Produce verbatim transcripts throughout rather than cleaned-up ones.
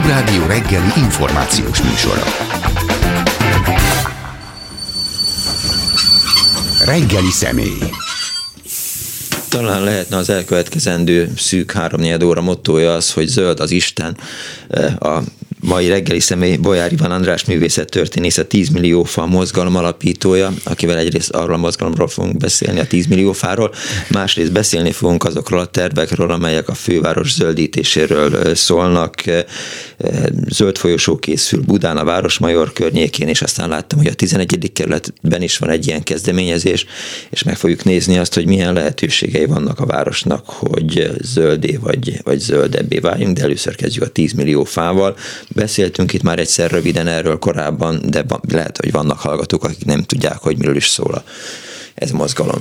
Klubrádió reggeli információs műsora. Reggeli személy. Talán lehetne az elkövetkezendő szűk háromnegyed óra mottója az, hogy zöld az Isten. A mai reggeli személy Bolyár Iván András művészettörténész, a tíz millió fa mozgalom alapítója, akivel egyrészt arról a mozgalomról fogunk beszélni, a tíz millió fáról, másrészt beszélni fogunk azokról a tervekről, amelyek a főváros zöldítéséről szólnak. Zöld folyosó készül Budán, a Városmajor környékén, és aztán láttam, hogy a tizenegyedik kerületben is van egy ilyen kezdeményezés, és meg fogjuk nézni azt, hogy milyen lehetőségei vannak a városnak, hogy zöldé vagy, vagy zöldebbé váljunk, de először kezdjük a tíz millió fával. Beszéltünk itt már egyszer röviden erről korábban, de lehet, hogy vannak hallgatók, akik nem tudják, hogy miről is szól ez a mozgalom.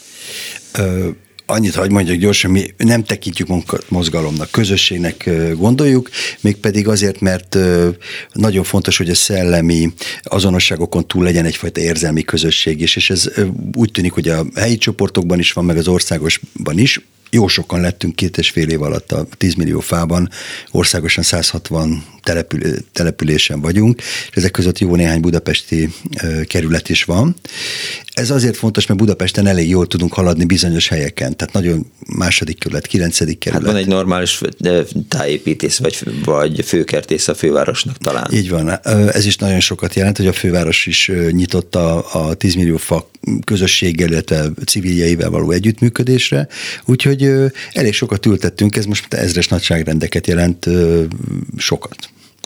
Ö, annyit hagy mondjak gyorsan, mi nem tekintjük munkat mozgalomnak, közösségnek gondoljuk, mégpedig azért, mert nagyon fontos, hogy a szellemi azonosságokon túl legyen egyfajta érzelmi közösség is, és ez úgy tűnik, hogy a helyi csoportokban is van, meg az országosban is. Jó sokan lettünk két és fél év alatt a tíz millió fában, országosan száz hatvan települ, településen vagyunk, és ezek között jó néhány budapesti uh, kerület is van. Ez azért fontos, mert Budapesten elég jól tudunk haladni bizonyos helyeken, tehát nagyon második kerület, kilencedik kerület. Hát van egy normális tájépítész vagy, vagy főkertész a fővárosnak talán. Így van, ez is nagyon sokat jelent, hogy a főváros is nyitotta a tíz millió fa közösséggel, illetve civiljeivel való együttműködésre, úgyhogy elég sokat ültettünk, ez most ezres nagyságrendeket jelent, sokat.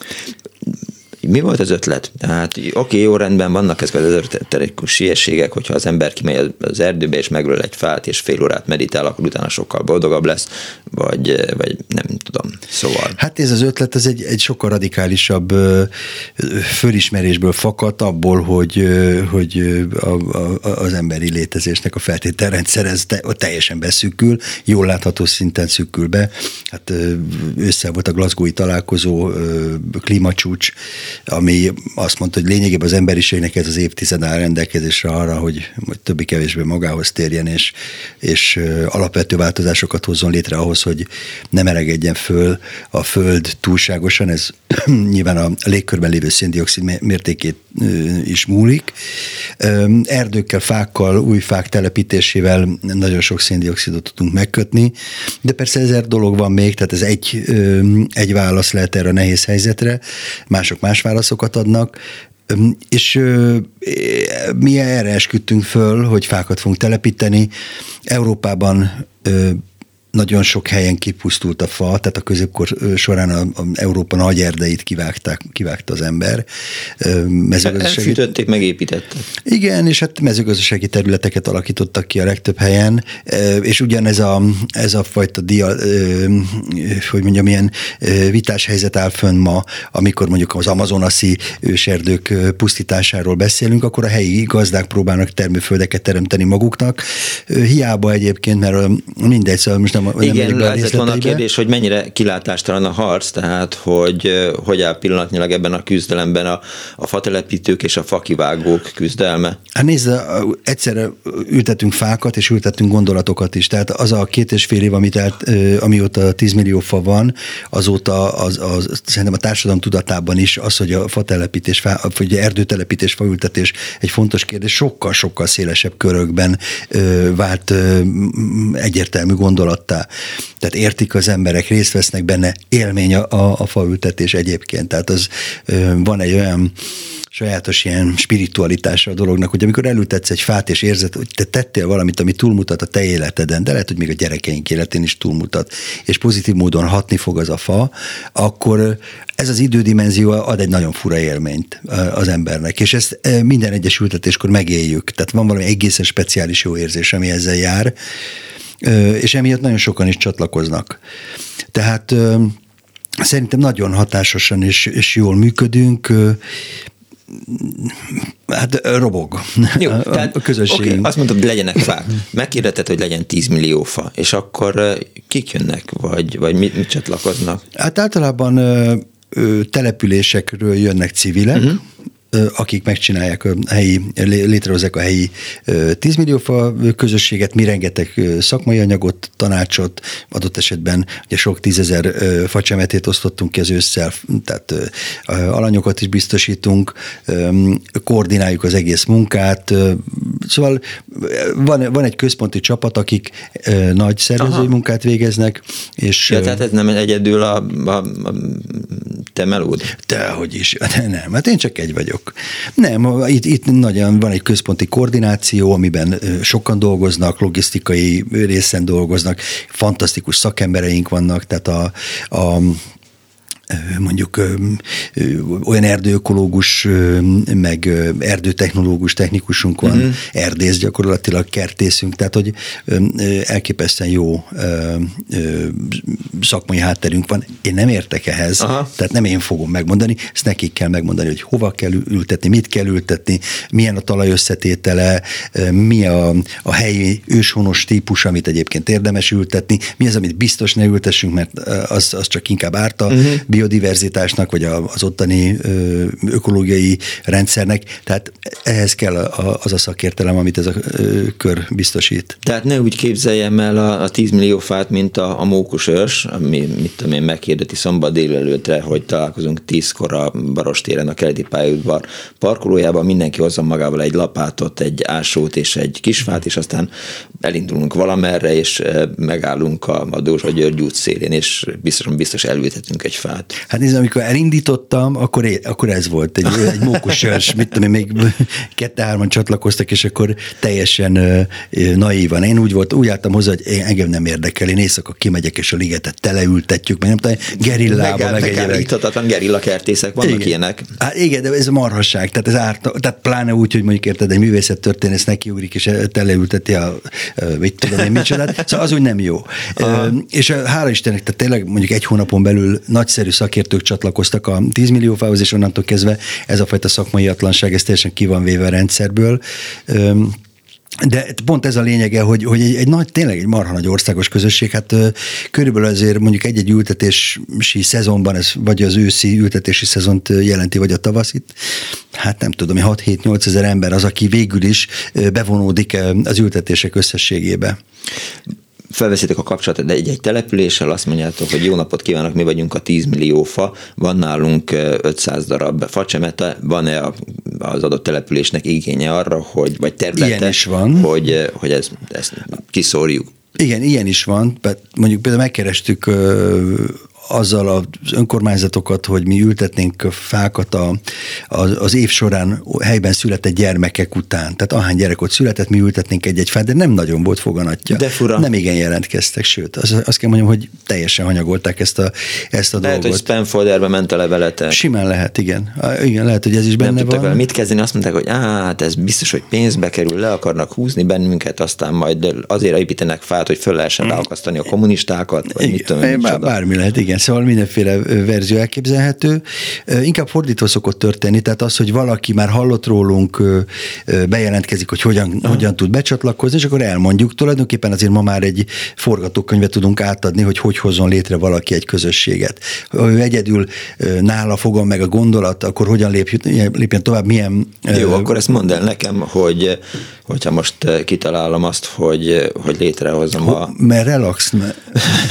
Mi volt az ötlet? Tehát oké, okay, jó rendben vannak ezek az ezoterikus hülyeségek, hogyha az ember kimegy az erdőbe és megölel egy fát és fél órát meditál, akkor utána sokkal boldogabb lesz, vagy, vagy nem tudom. Szóval. Hát ez az ötlet, ez egy, egy sokkal radikálisabb fölismerésből fakad abból, hogy, hogy a, a, az emberi létezésnek a feltételrendszer ez te, teljesen beszűkül, jól látható szinten szűkül be. Hát össze volt a Glasgow-i találkozó, klímacsúcs, ami azt mondta, hogy lényegében az emberiségnek ez az évtized áll rendelkezésre arra, hogy, hogy többi-kevésbé magához térjen, és, és alapvető változásokat hozzon létre ahhoz, hogy ne melegedjen föl a föld túlságosan, ez nyilván a légkörben lévő szén-dioxid mértékét is múlik. Erdőkkel, fákkal, új fák telepítésével nagyon sok szén-dioxidot tudunk megkötni, de persze ezer dolog van még, tehát ez egy, egy válasz lehet erre a nehéz helyzetre, mások más válaszokat adnak, és mi erre esküdtünk föl, hogy fákat fogunk telepíteni. Európában nagyon sok helyen kipusztult a fa, tehát a középkor során a, a Európa nagy erdeit kivágták, kivágta az ember. Mezőgazdasági... Elfűtötték, megépítettek. Igen, és hát mezőgazdasági területeket alakítottak ki a legtöbb helyen, és ugyanez a, ez a fajta dia, hogy mondjam, ilyen vitás helyzet áll fönn ma, amikor mondjuk az amazonaszi őserdők pusztításáról beszélünk, akkor a helyi gazdák próbálnak termőföldeket teremteni maguknak. Hiába egyébként, mert mindegy, szóval most nem, igen, nem ez van a kérdés, hogy mennyire kilátástalan a harc, tehát hogy hogy áll pillanatnyilag ebben a küzdelemben a, a fatelepítők és a fakivágók küzdelme? Hát nézd, egyszerre ültetünk fákat, és ültetünk gondolatokat is, tehát az a két és fél év, amit át, amióta tíz millió fa van, azóta az, az, szerintem a társadalom tudatában is az, hogy a fatelepítés, vagy erdőtelepítés, faültetés egy fontos kérdés, sokkal-sokkal szélesebb körökben vált egyértelmű gondolat. Tehát értik az emberek, részt vesznek benne, élmény a, a, a faültetés egyébként. Tehát az van egy olyan sajátos ilyen spiritualitása a dolognak, hogy amikor elültetsz egy fát, és érzed, hogy te tettél valamit, ami túlmutat a te életeden, de lehet, hogy még a gyerekeink életén is túlmutat, és pozitív módon hatni fog az a fa, akkor ez az idődimenzió ad egy nagyon fura élményt az embernek, és ezt minden egyes ültetéskor megéljük. Tehát van valami egészen speciális jó érzés, ami ezzel jár, és emiatt nagyon sokan is csatlakoznak. Tehát szerintem nagyon hatásosan és, és jól működünk, hát robog jó, a, tehát, a közösségünk. Okay, azt mondtad, hogy legyenek fák. Megkérdetted, hogy legyen tíz millió fa, és akkor kik jönnek, vagy, vagy mit, mit csatlakoznak? Hát általában ö, ö, településekről jönnek civilek, uh-huh. akik megcsinálják a helyi, létrehozzák a helyi tíz millió fa közösséget, mi rengeteg szakmai anyagot, tanácsot, adott esetben ugye sok tízezer facsemetét osztottunk ki az ősszel, tehát alanyokat is biztosítunk, koordináljuk az egész munkát, szóval van, van egy központi csapat, akik nagy szervezői Aha. munkát végeznek, és... Ja, tehát ez nem egyedül a, a, a te melód? Dehogy is, nem, hát én csak egy vagyok. Nem, itt, itt nagyon van egy központi koordináció, amiben sokan dolgoznak, logisztikai részen dolgoznak, fantasztikus szakembereink vannak, tehát a, a mondjuk olyan erdőökológus, meg erdőtechnológus technikusunk van, uh-huh. erdész gyakorlatilag, kertészünk, tehát hogy elképesztően jó szakmai hátterünk van. Én nem értek ehhez, Aha. tehát nem én fogom megmondani, ezt nekik kell megmondani, hogy hova kell ültetni, mit kell ültetni, milyen a talaj összetétele, mi a, a helyi őshonos típus, amit egyébként érdemes ültetni, mi az, amit biztos ne ültessünk, mert az, az csak inkább árt a uh-huh. biodiverzitásnak, vagy az ottani ökológiai rendszernek, tehát ehhez kell az a szakértelem, amit ez a kör biztosít. Tehát ne úgy képzeljem el a, a tíz millió fát, mint a, a mókusörs, ami mit tudom én meghirdeti szombat délelőtre, hogy találkozunk tízkor a Barostéren, a keleti pályaudvar parkolójában, mindenki hozza magával egy lapátot, egy ásót és egy kisfát, és aztán elindulunk valamerre, és megállunk a, a Dózsa György út szélén, és biztosan biztos elültetünk egy fát. Hát nézd, amikor elindítottam, akkor, é, akkor ez volt egy, egy mókusörs, mit tudom én, még kette-hárman csatlakoztak, és akkor teljesen uh, naívan. Én úgy volt, úgy álltam hozzá, hogy én, engem nem érdekel, én éjszaka kimegyek, és a ligetet teleültetjük, meg nem tudom, gerillába, meg egyébként. Megállíthatatlan gerillakertészek vannak igen. ilyenek. Hát igen, de ez a marhasság, tehát ez árt, tehát pláne úgy, hogy mondjuk érted, egy művészettörténész nekiugrik, és teleülteti a, mit tudom én, micsodát, szóval az úgy nem jó. Uh, és hála Istennek, tehát tényleg mondjuk egy hónapon belül nagyszerű szakértők csatlakoztak a tíz millió fához, és onnantól kezdve ez a fajta szakmaiatlanság, ez teljesen ki van véve a rendszerből. De pont ez a lényege, hogy, hogy egy, egy nagy, tényleg egy marha nagy országos közösség, hát körülbelül azért mondjuk egy-egy ültetési szezonban, ez vagy az őszi ültetési szezont jelenti, vagy a tavaszit, hát nem tudom, hat-hét-nyolc ezer ember az, aki végül is bevonódik az ültetések összességébe. Felveszitek a kapcsolatot egy-egy településsel, azt mondjátok, hogy jó napot kívánok, mi vagyunk a tíz millió fa, van nálunk ötszáz darab facsemete, van-e az adott településnek igénye arra, hogy, vagy területe, ilyen is van. hogy, hogy ezt, ezt kiszórjuk? Igen, ilyen is van. Mondjuk például megkerestük azzal az önkormányzatokat, hogy mi ültetnénk fákat a, az, az év során helyben született gyermekek után. Tehát ahány gyerek ott született, mi ültetnénk egy-egy fát, de nem nagyon volt foganatja. De fura. Nem igen jelentkeztek, sőt, azt, azt kell mondjam, hogy teljesen hanyagolták ezt a, ezt a lehet, dolgot. hogy spam folderbe ment a leveletek. Simán lehet, igen. Igen, lehet, hogy ez is benne nem van. Vele mit kezdeni, azt mondták, hogy hát ez biztos, hogy pénzbe kerül, le akarnak húzni bennünket, aztán majd azért építenek fát, hogy föl lehessen ráakasztani a kommunistákat, vagy igen, mit tudom én, bár, bármi lehet, igen. Szóval mindenféle verzió elképzelhető. Inkább fordítva szokott történni, tehát az, hogy valaki már hallott rólunk, bejelentkezik, hogy hogyan, hogyan tud becsatlakozni, és akkor elmondjuk. Tulajdonképpen azért ma már egy forgatókönyvet tudunk átadni, hogy hogy hozzon létre valaki egy közösséget. Ha ő egyedül nála fogom meg a gondolat, akkor hogyan lépjön, lépjen tovább, milyen... Jó, akkor ezt mondd el nekem, hogy hogyha most kitalálom azt, hogy, hogy létrehozzam Ho, a... Mert relax. Mert...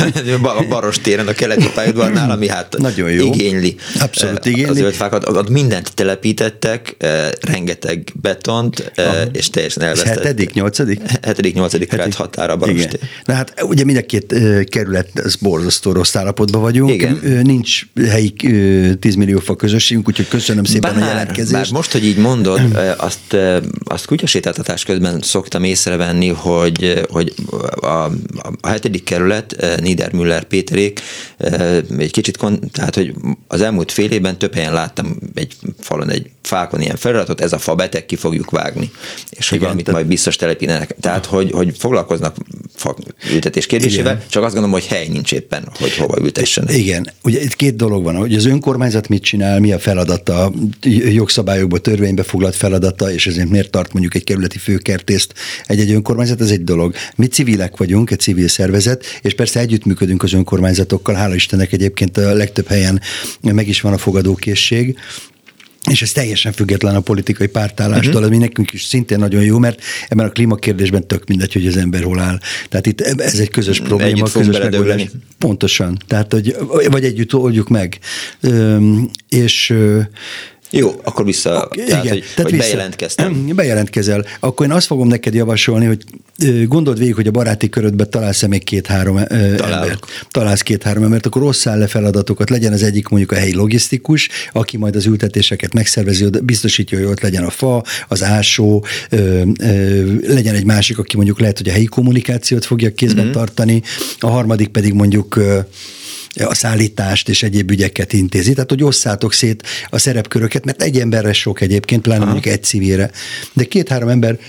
a Barostéren, a keleti pályaudvarnál, ami hát nagyon jó. igényli. Abszolút igényli. A zöldfákat, ott mindent telepítettek, rengeteg betont, aha. és teljesen elvesztett. Ez hetedik, nyolcadik? Hetedik, nyolcadik keret határa a Barostér. Na hát ugye mind a két kerület, ez borzasztó rossz állapotban vagyunk. Igen. Nincs helyi tíz millió fa közösségünk, úgyhogy köszönöm szépen bár, a jelentkezést. Bár most, hogy így mondod, azt, azt kutyasétáltatás közben szoktam észrevenni, hogy, hogy a, a hetedik kerület, Niedermüller Péterék egy kicsit, tehát, hogy az elmúlt fél évben több helyen láttam egy falon, egy fákon ilyen feliratot, ez a fa beteg, ki fogjuk vágni. És hogy valamit majd biztos telepítenek. Tehát, hogy, hogy foglalkoznak fa ültetés kérdésével, igen. csak azt gondolom, hogy hely nincs éppen, hogy hova ültessenek. Igen. Ugye itt két dolog van, hogy az önkormányzat mit csinál, mi a feladata, jogszabályokba, törvénybe foglalt feladata, és ezért miért tart mondjuk egy kerületi főkertészt egy-egy önkormányzat, ez egy dolog. Mi civilek vagyunk, egy civil szervezet, és persze együttműködünk az önkormányzatokkal, hála Istennek egyébként a legtöbb helyen meg is van a fogadókészség, és ez teljesen független a politikai pártállástól, uh-huh. ami nekünk is szintén nagyon jó, mert ebben a klímakérdésben tök mindegy, hogy az ember hol áll. Tehát itt ez egy közös probléma, együtt közös megoldás. Pontosan. Tehát, hogy, vagy együtt oldjuk meg. Üm, és jó, akkor vissza, okay, tehát, igen, hogy, tehát hogy vissza. bejelentkeztem. Bejelentkezel. Akkor én azt fogom neked javasolni, hogy gondold végig, hogy a baráti körödben találsz még két-három embert. Találsz két-három embert, akkor osszál le feladatokat. Legyen az egyik mondjuk a helyi logisztikus, aki majd az ültetéseket megszervezi, biztosítja, hogy ott legyen a fa, az ásó, ö, ö, legyen egy másik, aki mondjuk lehet, hogy a helyi kommunikációt fogja kézben mm-hmm. tartani, a harmadik pedig mondjuk ö, a szállítást és egyéb ügyeket intézi. Tehát, hogy osszátok szét a szerepköröket, mert egy emberre sok egyébként, pláne Aha. mondjuk egy civilre. De két-három ember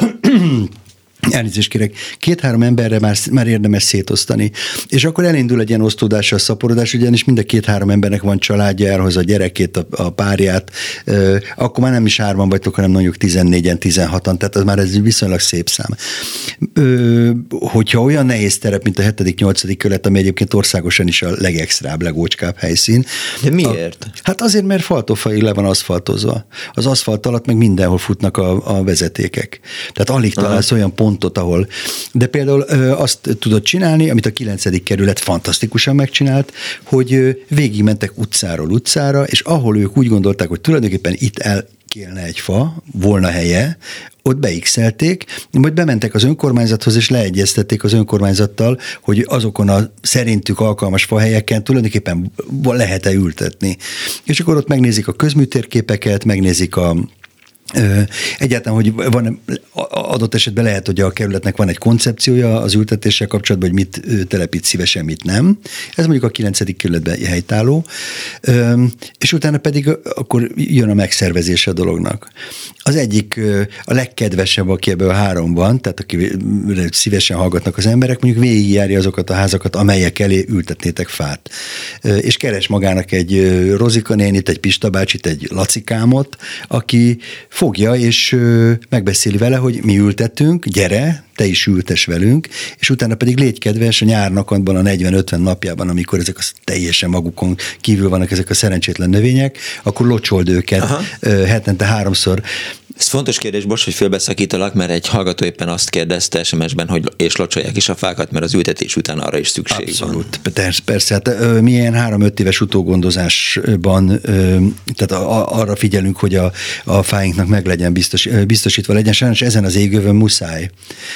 elnézést kérek, két-három emberre már, már érdemes szétosztani. És akkor elindul egy ilyen osztódás, a szaporodás, ugyanis mind a két-három embernek van családja, elhozza a gyerekét, a, a párját, ö, akkor már nem is hárman vagytok, hanem mondjuk tizennégyen, tizenhatan, tehát az már ez viszonylag szép szám. Ö, hogyha olyan nehéz terep, mint a hetedik nyolcadik kerület, ami egyébként országosan is a legextrább, legócskább helyszín. De miért? A, hát azért, mert faltófai le van aszfaltozva. Az aszfalt alatt meg mindenhol futnak a, a vezetékek. Tehát alig találsz olyan pont, pontot, ahol. De például ö, azt tudod csinálni, amit a kilencedik kerület fantasztikusan megcsinált, hogy ö, végigmentek utcáról utcára, és ahol ők úgy gondolták, hogy tulajdonképpen itt el kélne egy fa, volna helye, ott beixelték, majd bementek az önkormányzathoz, és leegyeztették az önkormányzattal, hogy azokon a szerintük alkalmas fahelyeken tulajdonképpen lehet-e ültetni. És akkor ott megnézik a közműtérképeket, megnézik a egyáltalán, hogy van adott esetben lehet, hogy a kerületnek van egy koncepciója az ültetéssel kapcsolatban, hogy mit telepít szívesen, mit nem. Ez mondjuk a kilencedik kerületben helytálló. És utána pedig akkor jön a megszervezése a dolognak. Az egyik, a legkedvesebb, aki ebből a három van, tehát aki szívesen hallgatnak az emberek, mondjuk végigjárja azokat a házakat, amelyek elé ültetnétek fát. És keres magának egy Rozika nénit, egy Pista bácsit, egy Lacikámot, aki fogja, és megbeszéli vele, hogy mi ültetünk, gyere, te is ültes velünk, és utána pedig légy kedves a nyárnak abban a negyven-ötven napjában, amikor ezek a teljesen magukon kívül vannak ezek a szerencsétlen növények, akkor locsold őket Aha. hetente háromszor. Ez fontos kérdés, bocs, hogy félbeszakítalak, mert egy hallgató éppen azt kérdezte es em es-ben, hogy és locsolják is a fákat, mert az ültetés után arra is szükség Abszolút. van. Persze, persze. Hát, milyen három-öt éves utógondozásban tehát arra figyelünk, hogy a, a fáinknak meg legyen biztos, biztosítva legyen. Sajnos ezen az égövön muszáj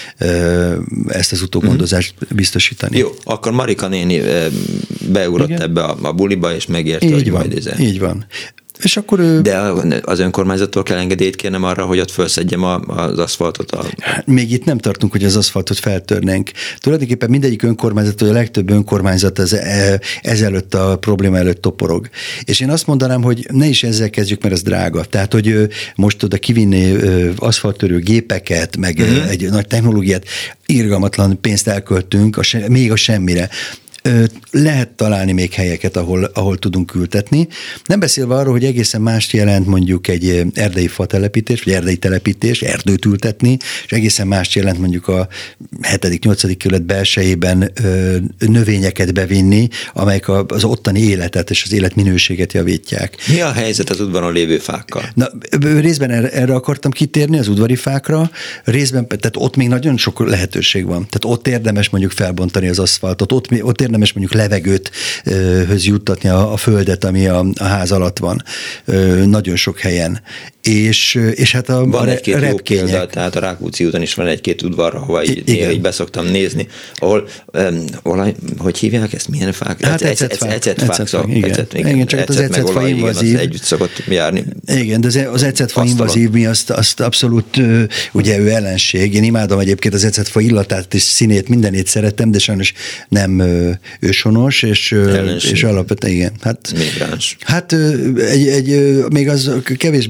ezt az utógondozást uh-huh. biztosítani. Jó, akkor Marika néni beugrott Igen. ebbe a, a buliba, és megérte, így hogy van, majd ez. Így van. És akkor ő... De az önkormányzattól kell engedélyt kérnem arra, hogy ott felszedjem a, az aszfaltot? A... Még itt nem tartunk, hogy az aszfaltot feltörnénk. Tulajdonképpen mindegyik önkormányzat, vagy a legtöbb önkormányzat ez, ezelőtt a probléma előtt toporog. És én azt mondanám, hogy ne is ezzel kezdjük, mert ez drága. Tehát, hogy most oda kivinni aszfalttörő gépeket, meg uh-huh. egy nagy technológiát, irgalmatlan pénzt elköltünk, a se, még a semmire. Lehet találni még helyeket, ahol, ahol tudunk ültetni. Nem beszélve arról, hogy egészen mást jelent mondjuk egy erdei fatelepítés, vagy erdei telepítés, erdőt ültetni, és egészen mást jelent mondjuk a hetedik-nyolcadik kerület belsejében növényeket bevinni, amelyek az ottani életet és az életminőséget javítják. Mi a helyzet az udvaron lévő fákkal? Na, részben erre, erre akartam kitérni, az udvari fákra, részben, tehát ott még nagyon sok lehetőség van. Tehát ott érdemes mondjuk felbontani az aszfaltot, ott, ott érdemes mondjuk levegőt höz juttatni a, a földet, ami a, a ház alatt van. Ö, nagyon sok helyen. És, és hát a, van a egy-két jó példa, tehát a Rákóczi úton is van egy-két udvar, ahova így, néha így beszoktam nézni, ahol, um, olaj, hogy hívják ezt, milyen fák? Hát ecetfák. Ecetfák, szóval. Igen, ecet, igen, igen, csak ecet, az ecetfa invazív. Az együtt szokott járni. Igen, de az, az ecetfa invazív, mi azt, azt abszolút, ugye ő ellenség. Én imádom egyébként az ecetfa illatát és színét, mindenét szeretem, de sajnos nem őshonos, és, és alapvetően igen. Hát, migráns. Hát egy, egy, még az kevésbé baj,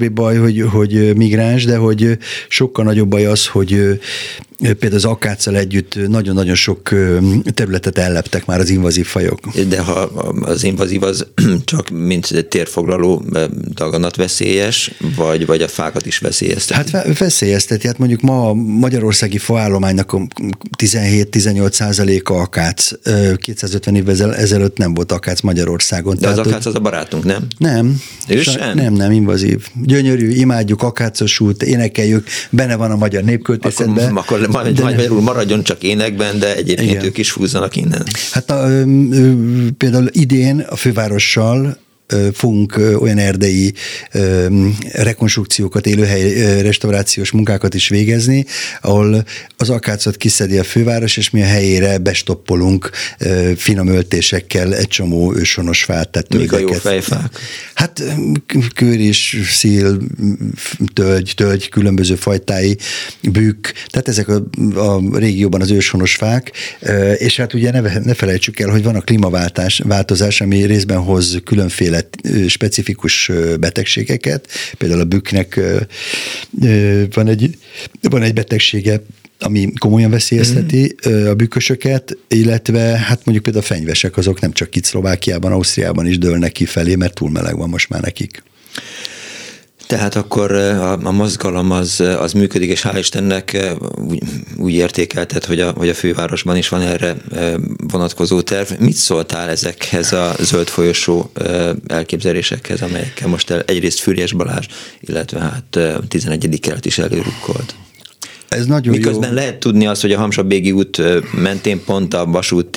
hogy, hogy migráns, de hogy sokkal nagyobb baj az, hogy például az akáccal együtt nagyon-nagyon sok területet elleptek már az invazív fajok. De ha az invazív az csak mint térfoglaló daganat veszélyes, vagy, vagy a fákat is veszélyezteti? Hát veszélyezteti. Hát mondjuk ma a magyarországi faállománynak tizenhét-tizennyolc százaléka akác. kétszázötven évvel ezelőtt nem volt akác Magyarországon. De Tehát, az akác az a barátunk, nem? Nem. Ő sem? Nem, nem, invazív. Gyönyörű, imádjuk, akácos út, énekeljük, benne van a magyar népköltészetben. Akkor, akkor majd, majd magyarul maradjon csak énekben, de egyébként igen. ők is húzzanak innen. Hát a, például idén a fővárossal fogunk olyan erdei rekonstrukciókat, élőhely restaurációs munkákat is végezni, ahol az akácot kiszedi a főváros, és mi a helyére bestoppolunk finom öltésekkel egy csomó őshonos fát. Tehát mik a jó fejfák? Hát kőris, szíl, tölgy, tölgy, különböző fajtái, bükk, tehát ezek a, a régióban az őshonos fák, és hát ugye ne, ne felejtsük el, hogy van a klímaváltás, változás, ami részben hoz különféle specifikus betegségeket. Például a bükknek van egy, van egy betegsége, ami komolyan veszélyezteti mm. a bükkösöket, illetve hát mondjuk például a fenyvesek, azok nem csak itt Szlovákiában, Ausztriában is dőlnek kifelé, mert túl meleg van most már nekik. Tehát akkor a, a mozgalom az, az működik, és hál' Istennek úgy, úgy értékelted, hogy a, hogy a fővárosban is van erre vonatkozó terv. Mit szóltál ezekhez a zöld folyosó elképzelésekhez, amelyekkel most egyrészt Füriyes Balázs, illetve hát tizenegyedik kelet is előrukkolt? Ez nagyon Miközben jó. lehet tudni azt, hogy a Hamsa-Bégi út mentén pont a vasút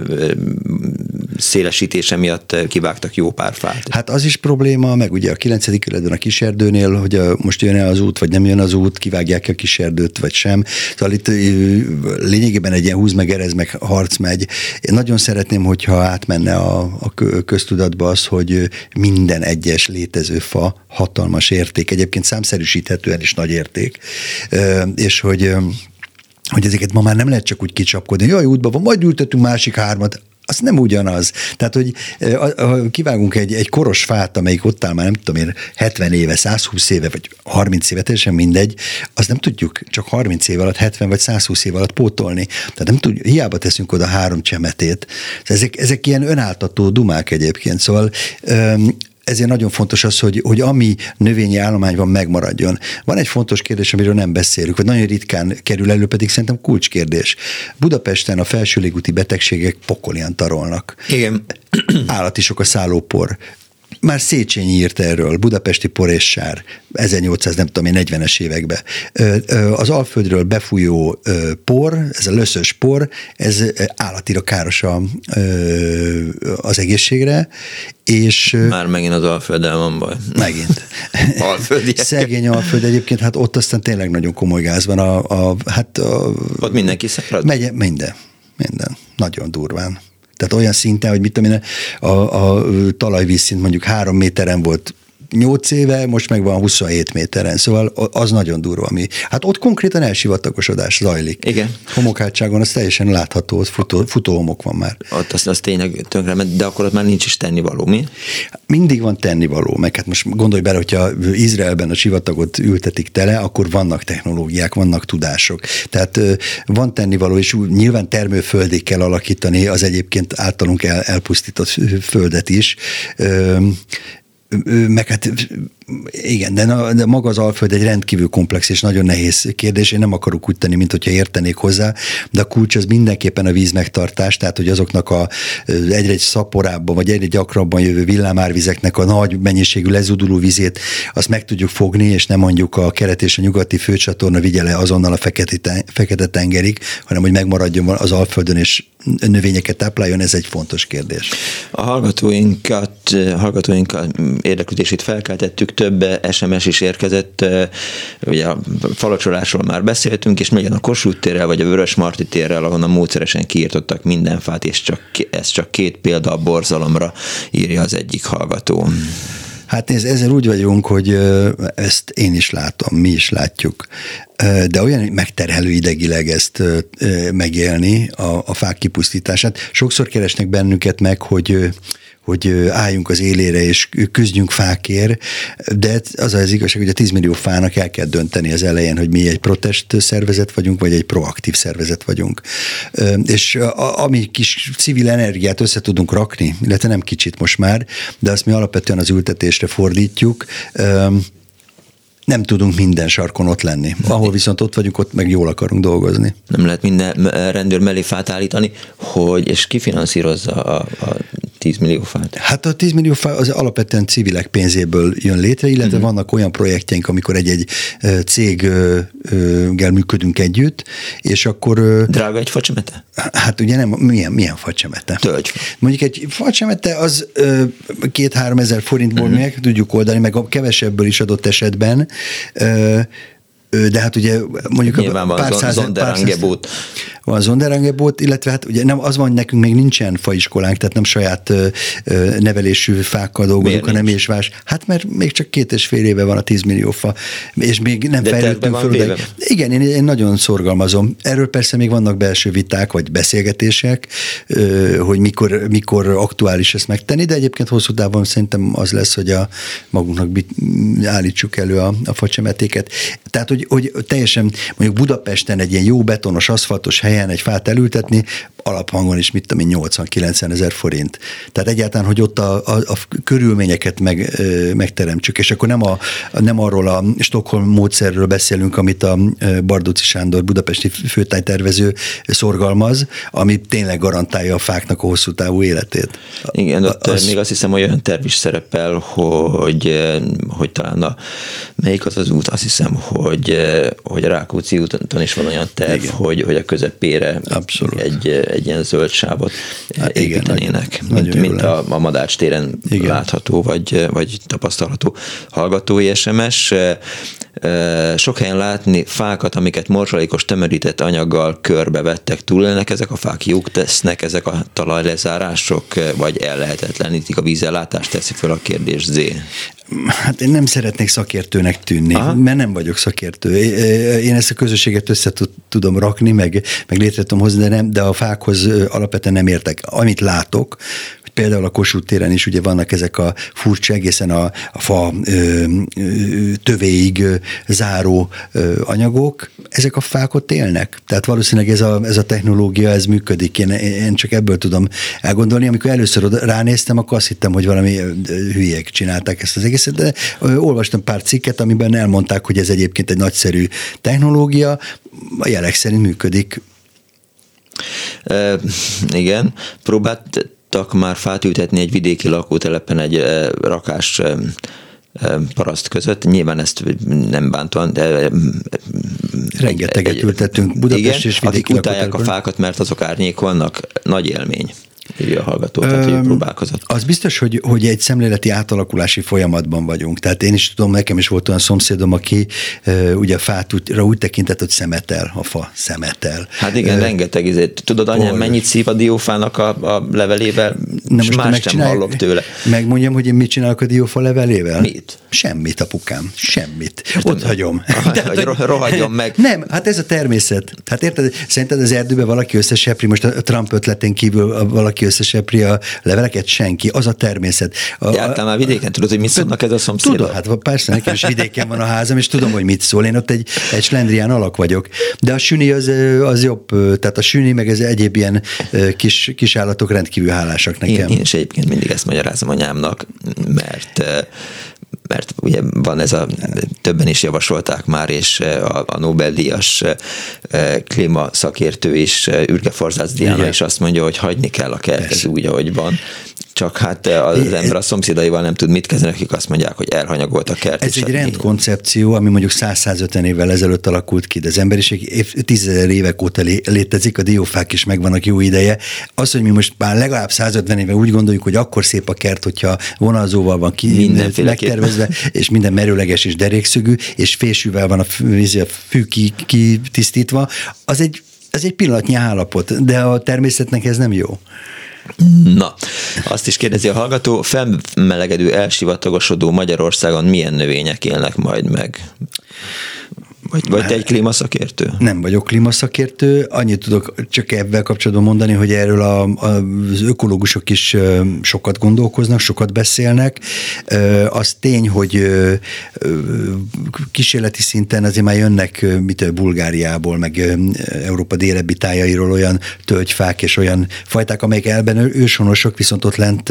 szélesítése miatt kivágtak jó pár fát. Hát az is probléma, meg ugye a kilencedik kerületben a Kiserdőnél, hogy a, most jön-e az út, vagy nem jön az út, kivágják a Kiserdőt, vagy sem. Szóval itt lényegében egy ilyen húz meg, erez meg harc megy. Én nagyon szeretném, hogyha átmenne a, a köztudatba az, hogy minden egyes létező fa hatalmas érték, egyébként számszerűsíthetően is nagy érték, és hogy, hogy ezeket ma már nem lehet csak úgy kicsapkodni, jaj, útban van, majd ültetünk másik hármat, az nem ugyanaz. Tehát, hogy ha kivágunk egy, egy koros fát, amelyik ott áll már nem tudom én, hetven éve, százhúsz éve, vagy harminc éve, teljesen mindegy, azt nem tudjuk csak harminc év alatt, hetven vagy százhúsz év alatt pótolni. Tehát nem tudjuk, hiába teszünk oda három csemetét. Ezek, ezek ilyen önáltató dumák egyébként. Szóval ezért nagyon fontos az, hogy, hogy ami növényi állomány van, megmaradjon. Van egy fontos kérdés, amiről nem beszélünk, vagy nagyon ritkán kerül elő, pedig szerintem kulcskérdés. Budapesten a felső légúti betegségek pokolian tarolnak. Igen. Állati sok a szállópor. Már Széchenyi írt erről, budapesti por és sár, ezernyolcszáz, nem tudom én, negyvenes években. Az Alföldről befújó por, ez a löszös por, ez állatira káros a, az egészségre, és... Már megint az Alfölddel van baj. Megint. Alföldiek. Szegény Alföld egyébként, hát ott aztán tényleg nagyon komoly gáz van. A, a, hát a, ott mindenki szárad? Megye, minden, minden. Nagyon durván. Tehát olyan szinten, hogy mit tudom én, a, a talajvízszint mondjuk három méteren volt nyolc éve, most meg van huszonhét méteren, szóval az nagyon durva. Ami, hát ott konkrétan elsivatagosodás zajlik. Igen. Homokátságon az teljesen látható, ott futó, futóhomok van már. Ott az, az tényleg tönkre, de akkor ott már nincs is tennivaló, mi? Mindig van tennivaló, meg hát most gondolj bele, hogyha Izraelben a sivatagot ültetik tele, akkor vannak technológiák, vannak tudások. Tehát van tennivaló, és úgy, nyilván termőföldé kell alakítani az egyébként általunk el, elpusztított földet is. Meg hát igen, de, de maga az Alföld egy rendkívül komplex és nagyon nehéz kérdés. Én nem akarok úgy tenni, mint hogyha értenék hozzá, de a kulcs az mindenképpen a vízmegtartás, tehát hogy azoknak a egyre szaporábban, vagy egyre gyakrabban jövő villámárvizeknek a nagy mennyiségű lezuduló vizét, azt meg tudjuk fogni, és nem mondjuk a kelet és a nyugati főcsatorna vigye le azonnal a Fekete-tengerig, hanem hogy megmaradjon az Alföldön, és növényeket tápláljon, ez egy fontos kérdés. A hallgatóinkat, hallgatóinkat érdeklődését felkeltettük, több es em es is érkezett, ugye a falacsolásról már beszéltünk, és megyen a Kossuth térrel, vagy a Vörösmarty térrel, ahonnan módszeresen kiírtottak minden fát, és csak, ez csak két példa a borzalomra, írja az egyik hallgató. Hát nézd, ezzel úgy vagyunk, hogy ezt én is látom, mi is látjuk. de olyan megterhelő idegileg ezt megélni, a, a fák kipusztítását. Sokszor keresnek bennünket meg, hogy hogy álljunk az élére és küzdjünk fákért, de az az igazság, hogy a tíz millió fának el kell dönteni az elején, hogy mi egy protest szervezet vagyunk, vagy egy proaktív szervezet vagyunk. És ami kis civil energiát össze tudunk rakni, illetve nem kicsit most már, de azt mi alapvetően az ültetésre fordítjuk, nem tudunk minden sarkon ott lenni. Ahol viszont ott vagyunk, ott meg jól akarunk dolgozni. Nem lehet minden rendőr mellé fát állítani, hogy, és ki finanszírozza a, a tíz millió fát? Hát a tíz millió fát az alapvetően civilek pénzéből jön létre, illetve uh-huh. vannak olyan projektjeink, amikor egy-egy céggel működünk együtt, és akkor... Drága egy facsemete? Hát ugye nem, milyen, milyen facsemete? Tölgy. Mondjuk egy facsemete az két-három ezer forintból uh-huh. meg tudjuk oldani, meg a kevesebből is adott esetben, de hát ugye mondjuk nyilván a pár száz... Zonderangebót. Van Zonderangebót, illetve hát ugye nem, az van, hogy nekünk még nincsen faiskolánk, tehát nem saját ö, ö, nevelésű fákkal dolgozunk, hanem és más. Hát mert még csak két és fél éve van a tíz millió fa, és még nem fejlődtünk föl. De igen, én, én nagyon szorgalmazom. Erről persze még vannak belső viták, vagy beszélgetések, ö, hogy mikor, mikor aktuális ezt megtenni, de egyébként hosszú távon szerintem az lesz, hogy a magunknak állítsuk elő a, a facsemetéket. Tehát, hogy, hogy teljesen mondjuk Budapesten egy ilyen jó betonos, aszfaltos helyen egy fát elültetni, alaphangon is, mit tudom én, nyolcvan-kilencven ezer forint. Tehát egyáltalán, hogy ott a, a, a körülményeket meg, megteremtsük, és akkor nem, a, nem arról a Stockholm módszerről beszélünk, amit a Bardóczy Sándor budapesti főtájtervező szorgalmaz, ami tényleg garantálja a fáknak a hosszú távú életét. Igen, ott az... még azt hiszem, hogy olyan terv is szerepel, hogy, hogy talán a, melyik az az út, azt hiszem, hogy, hogy a Rákóczi úton is van olyan terv, hogy, hogy a közepére Abszolút. egy, egy ilyen zöld sávot hát építenének, igen, mint, mint a, a Madács téren igen. látható, vagy, vagy tapasztalható hallgatói es em es. Sok helyen látni fákat, amiket morzsalékos tömörített anyaggal körbevettek. Túlélnek ezek a fák, jók tesznek ezek a talajlezárások, vagy ellehetetlenítik a vízellátást, teszi fel a kérdés Zé. Hát én nem szeretnék szakértőnek tűnni, Aha. mert nem vagyok szakértő. Én ezt a közösséget össze tudom rakni, meg, meg létre tudom hozni, de, nem, de a fákhoz alapvetően nem értek. Amit látok, hogy például a Kossuth téren is ugye vannak ezek a furcsa, egészen a, a fa ö, ö, tövéig ö, záró ö, anyagok, ezek a fák ott élnek. Tehát valószínűleg ez a, ez a technológia, ez működik. Én, én csak ebből tudom elgondolni. Amikor először ránéztem, akkor azt hittem, hogy valami hülyék csinálták ezt az egészet, de olvastam pár cikket, amiben elmondták, hogy ez egyébként egy nagyszerű technológia, a jelek szerint működik. E, igen, próbáltak már fát ültetni egy vidéki lakótelepen egy e, rakás e, paraszt között. Nyilván ezt nem bántóan, de rengeteget ültettünk Budapest igen, és vidéki akik utálják a fákat, mert azok árnyékolnak, nagy élmény. Írja a hallgató, tehát hogy próbálkozott. Az biztos, hogy, hogy egy szemléleti átalakulási folyamatban vagyunk. Tehát én is tudom, nekem is volt olyan szomszédom, aki uh, ugye a fátra úgy tekintett, hogy szemetel, a fa szemetel. Hát igen, uh, rengeteg izét. Tudod, anyám, hol... mennyit szív a diófának a, a levelével? Na most más sem hallok tőle. Megmondjam, hogy én mit csinálok a diófa levelével? Mit? Semmit, apukám, semmit. Értem, Ott hagyom. Aha, Tehát, hogy rohadjon meg. Nem, hát ez a természet. Hát érted, szerinted az erdőben valaki összesepri, most a Trump ötletén kívül valaki összesepri a leveleket? Senki. Az a természet. A, Jártál már vidéken? Tudod, hogy mit szólnak ez a szomszédok? Tudom, hát persze, nekem is vidéken van a házam, és tudom, hogy mit szól. Én ott egy, egy slendrián alak vagyok. De a süni az, az jobb. Tehát a süni, meg ez egyéb ilyen kis, kis állatok rendkívül hálásak nekem. Én, én is egyébként mindig ezt magyarázom anyámnak, mert mert ugye van ez a, többen is javasolták már, és a, a Nobel-díjas klímaszakértő is, Ürge Forzász Diana is azt mondja, hogy hagyni kell a kertet úgy, ahogy van. Csak hát az ember a szomszédaival nem tud mit kezdeni, akik azt mondják, hogy elhanyagolt a kert. Ez egy rendkoncepció, ami mondjuk száz-százötven évvel ezelőtt alakult ki, de az emberiség tízezer évek óta létezik, a diófák is megvannak jó ideje. Az, hogy mi most már legalább százötven éve úgy gondoljuk, hogy akkor szép a kert, hogyha vonalzóval van ki, megtervezve, és minden merőleges és derékszögű, és fésűvel van a fű, a fű kitisztítva, az egy, az egy pillanatnyi állapot, de a természetnek ez nem jó. Na, azt is kérdezi a hallgató, felmelegedő, elsivatagosodó Magyarországon milyen növények élnek majd meg? Vagy, vagy te egy klímaszakértő? Nem vagyok klímaszakértő, annyit tudok csak ebben kapcsolatban mondani, hogy erről a, a, az ökológusok is sokat gondolkoznak, sokat beszélnek. Az tény, hogy kísérleti szinten azért már jönnek mit Bulgáriából, meg Európa délebbi tájairól olyan tölgyfák és olyan fajták, amelyek elben őshonosok, viszont ott lent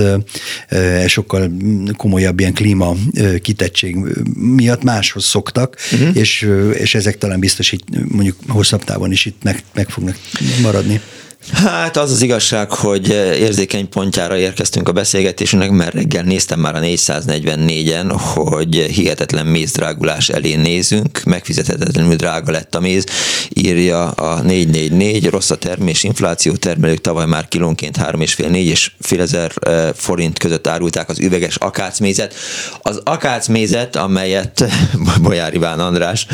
sokkal komolyabb ilyen klíma kitettség miatt máshoz szoktak, uh-huh. és és ezek talán biztos így mondjuk hosszabb távon is itt meg, meg fognak maradni. Hát az az igazság, hogy érzékeny pontjára érkeztünk a beszélgetésünknek, mert reggel néztem már a négyszáznegyvennégyen, hogy hihetetlen mézdrágulás elé nézünk, megfizethetetlenül drága lett a méz, írja a négy négy négy, rossz a termés, infláció, termelők tavaly már kilónként három és fél négy és fél ezer forint között árulták az üveges akácmézet. Az akácmézet, amelyet Bolyár Iván András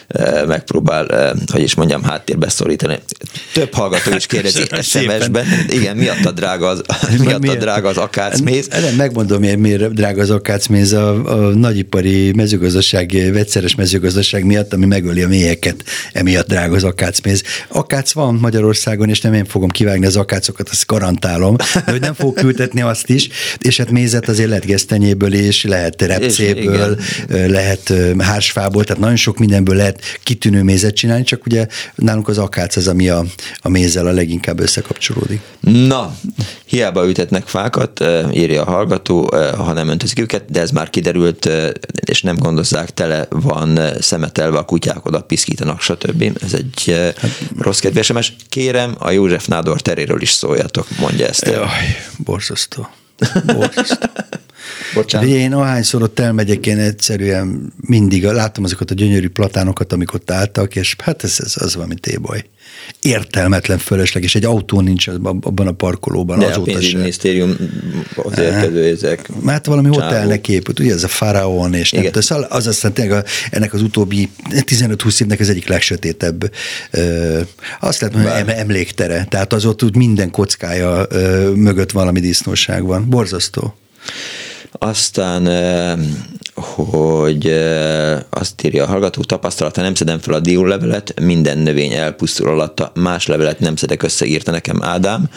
megpróbál, hogy is mondjam, háttérbe szorítani. Több hallgató is kérdezi es em es-ben. Igen, miatt a drága az, miatt a drága az akácméz. Nem, megmondom, miért, miért drága az akácméz a, a nagyipari mezőgazdaság, vegyszeres mezőgazdaság miatt, ami megöli a méheket, emiatt drága az akácméz. Akác van Magyarországon, és nem én fogom kivágni az akácokat, azt garantálom, de hogy nem fogok ültetni azt is, és hát mézet azért lehet gesztenyéből is, lehet repcéből, lehet hársfából, tehát nagyon sok mindenből lehet kitűnő mézet csinálni, csak ugye nálunk az akác az, ami a, a mézzel a leginkább összekapcsolódik. Na, hiába ültetnek fákat, írja a hallgató, ha nem öntözik őket, de ez már kiderült, és nem gondozzák, tele van szemetelve, a kutyák oda piszkítanak, stb. Ez egy hát, rossz kedves es em es. Kérem, a József Nádor teréről is szóljatok, mondja ezt. Jaj, borzasztó. Borzasztó. Bocsánat. Én ahányszor ott elmegyek, én egyszerűen mindig látom azokat a gyönyörű platánokat, amik ott álltak, és hát ez, ez az valami téboly. Értelmetlen, fölösleges, egy autó nincs abban a parkolóban. De azóta a pénzügyminisztérium az érkező ezek. Hát valami hotelnek épült, ugye ez a Faraón, és nem tudom, szóval az aztán tényleg a, ennek az utóbbi tizenöt-húsz évnek az egyik legsötétebb, ö, azt lehet mondani, em, emléktere. Tehát az ott úgy minden kockája ö, mögött valami disznóság van. Borzasztó. Aztán, hogy azt írja a hallgató, tapasztalata, nem szedem fel a diólevelet, minden növény elpusztul alatta, más levelet nem szedek össze, írta nekem Ádám.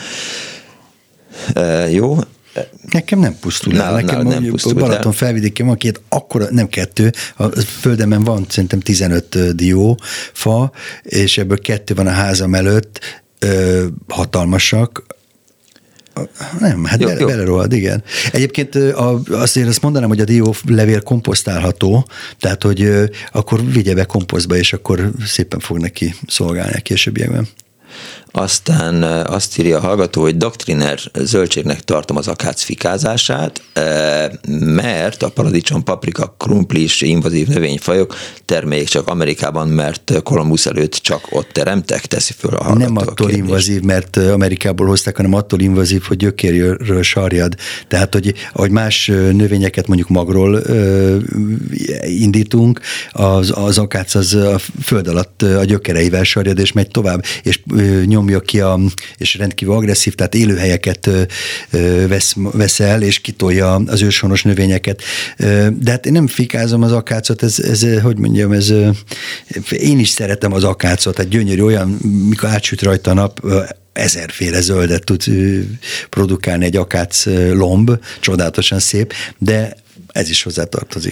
Jó. Nekem nem pusztul el. Nálad, nekem nálad nem pusztul el. Balaton felvidéken van két, akkora, nem kettő, a földemen van szerintem tizenöt diófa, és ebből kettő van a házam előtt, hatalmasak. Nem, hát be, belerohad, igen. Egyébként a, azért azt mondanám, hogy a diólevél komposztálható, tehát hogy akkor vigye be komposztba, és akkor szépen fog neki szolgálni a későbbiekben. Aztán azt írja a hallgató, hogy doktriner zöldségnek tartom az akác fikázását, mert a paradicsom, paprika, krumpli is invazív növényfajok termeljék csak Amerikában, mert Kolumbusz előtt csak ott teremtek, teszi föl a hallgató. Nem attól invazív, mert Amerikából hozták, hanem attól invazív, hogy gyökérről sarjad. Tehát, hogy ahogy más növényeket mondjuk magról ö, indítunk, az, az akác az a föld alatt a gyökereivel sarjad, és megy tovább, és ö, nyomja ki, a, és rendkívül agresszív, tehát élőhelyeket vesz, vesz el, és kitolja az őshonos növényeket. De hát én nem fikázom az akácot, ez, ez hogy mondjam, ez, én is szeretem az akácot, egy gyönyörű olyan, mikor átsüt rajta a nap, ezerféle zöldet tud produkálni egy akác lomb, csodálatosan szép, de ez is hozzátartozik.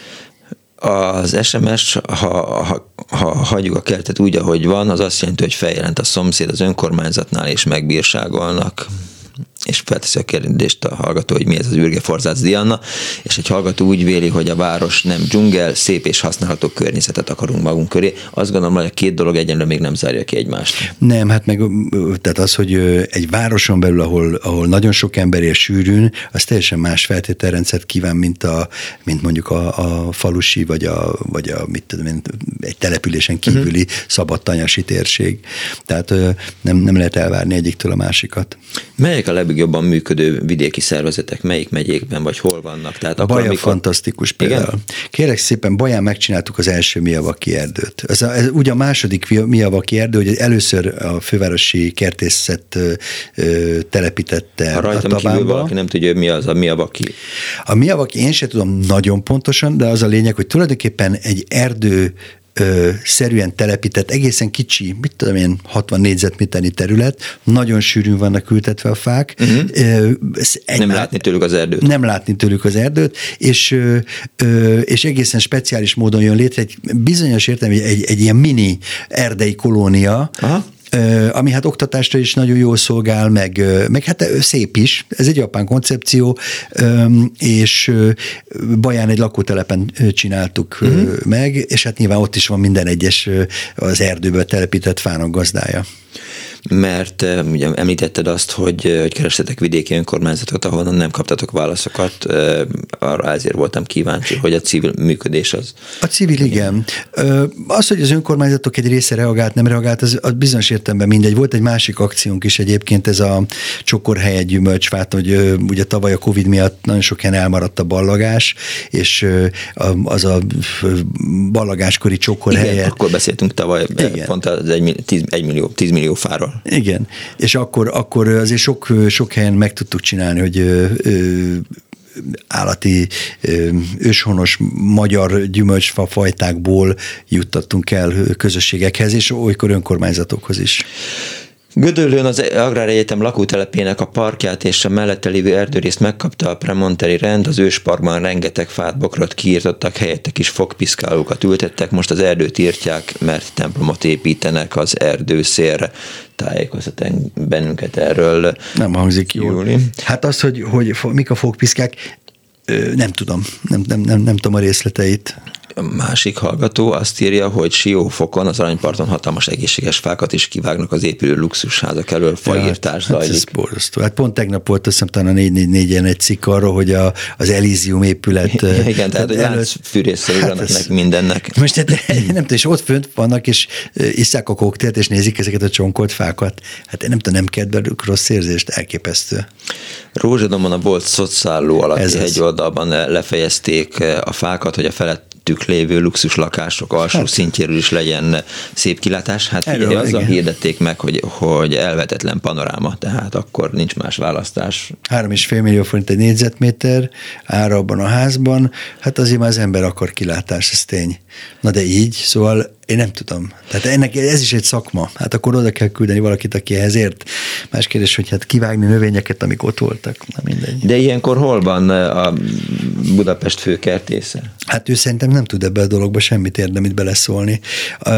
Az es em es, ha, ha, ha hagyjuk a kertet úgy, ahogy van, az azt jelenti, hogy feljelent a szomszéd az önkormányzatnál, és megbírságolnak. És felteszi a kérdést a hallgató, hogy mi ez az ürge Forzác Diana, és egy hallgató úgy véli, hogy a város nem dzsungel, szép és használható környezetet akarunk magunk köré. Azt gondolom, hogy a két dolog egyenlően még nem zárja ki egymást. Nem, hát meg tehát az, hogy egy városon belül, ahol, ahol nagyon sok ember él sűrűn, az teljesen más feltételrendszert kíván, mint, a, mint mondjuk a, a falusi, vagy, a, vagy a, mit tudom, egy településen kívüli uh-huh. szabadtanyasi térség. Tehát nem, nem lehet elvárni egyiktől a másikat. Melyek a legjobban működő vidéki szervezetek, melyik megyékben, vagy hol vannak? Tehát Baja amikor... fantasztikus például. Igen? Kérlek szépen, Baján megcsináltuk az első Miyawaki erdőt. Ez, a, ez ugye a második Miyawaki erdő, hogy először a fővárosi kertészet ö, telepítette a rajtam a kívül valaki nem tudja, hogy mi az a Miyawaki. A Miyawaki, én sem tudom nagyon pontosan, de az a lényeg, hogy tulajdonképpen egy erdő ö, szerűen telepített, egészen kicsi, mit tudom én, hatvan négyzetméternyi terület, nagyon sűrűn vannak ültetve a fák. Uh-huh. Ö, nem látni tőlük az erdőt. Nem látni tőlük az erdőt, és, ö, ö, és egészen speciális módon jön létre egy bizonyos értelemben egy, egy ilyen mini erdei kolónia, aha, ami hát oktatásra is nagyon jól szolgál, meg, meg hát szép is. Ez egy japán koncepció, és Baján egy lakótelepen csináltuk uh-huh. meg, és hát nyilván ott is van minden egyes az erdőből telepített fának gazdája. Mert ugye említetted azt, hogy, hogy kerestetek vidéki önkormányzatot, ahonnan nem kaptatok válaszokat, arra ezért voltam kíváncsi, hogy a civil működés az... A civil, igen. Az, hogy az önkormányzatok egy része reagált, nem reagált, az, az bizonyos értelemben mindegy. Volt egy másik akciónk is egyébként, ez a Csokorhelyet gyümölcsfát, hogy ugye tavaly a Covid miatt nagyon sok helyen elmaradt a ballagás, és az a ballagáskori Csokorhelyet... Igen, akkor beszéltünk tavaly, igen, pont az egy millió, tíz millió fáról. Igen, és akkor, akkor azért sok, sok helyen meg tudtuk csinálni, hogy ö, ö, állati, ö, őshonos magyar gyümölcsfa fajtákból juttattunk el közösségekhez, és olykor önkormányzatokhoz is. Gödöllőn az Agráregyetem lakótelepének a parkját és a mellette lévő erdőrészt megkapta a premonteri rend, az ősparkban rengeteg fát, bokrot kiírtottak, helyette kis fogpiszkálókat ültettek, most az erdőt írtják, mert templomot építenek az erdőszélre. Tájékoztat bennünket erről. Nem hangzik jól. Hát az, hogy, hogy mik a fogpiszkák, nem tudom, nem, nem, nem, nem tudom a részleteit. A másik hallgató azt írja, hogy Siófokon, az Aranyparton hatalmas egészséges fákat is kivágnak az épülő luxusházak elől, faírtás ja, zajlik. Hát, hát pont tegnap volt, azt hiszem, talán a négy négy négyen egy cikk arról, hogy a, az Elysium épület... Igen, tehát, tehát hogy láncfűrészre ugranak hát neki mindennek. Most hát, nem tudom, és ott fönt vannak, és isszák a koktélt, és nézik ezeket a csonkolt fákat. Hát nem tudom, nem kedvelük rossz érzést, elképesztő. Rózsadomon a volt szociálló alatti hegyoldalban lefejezték a fákat, hogy a felett lévő luxus lakások alsó hát. szintjéről is legyen szép kilátás. Hát figyelj, azzal hirdették meg, hogy, hogy elvetetlen panoráma, tehát akkor nincs más választás. Három és fél millió forint egy négyzetméter ára abban a házban, hát azért már az ember akar kilátás, ez tény. Na de így, szóval én nem tudom. Tehát ennek ez is egy szakma. Hát akkor oda kell küldeni valakit, aki ehhez ért. Más kérdés, hogy hát kivágni növényeket, amik ott voltak. Na mindegy. De ilyenkor hol van a Budapest főkertésze? Hát ő szerintem nem tud ebbe a dologba semmit érdemit beleszólni. Ö,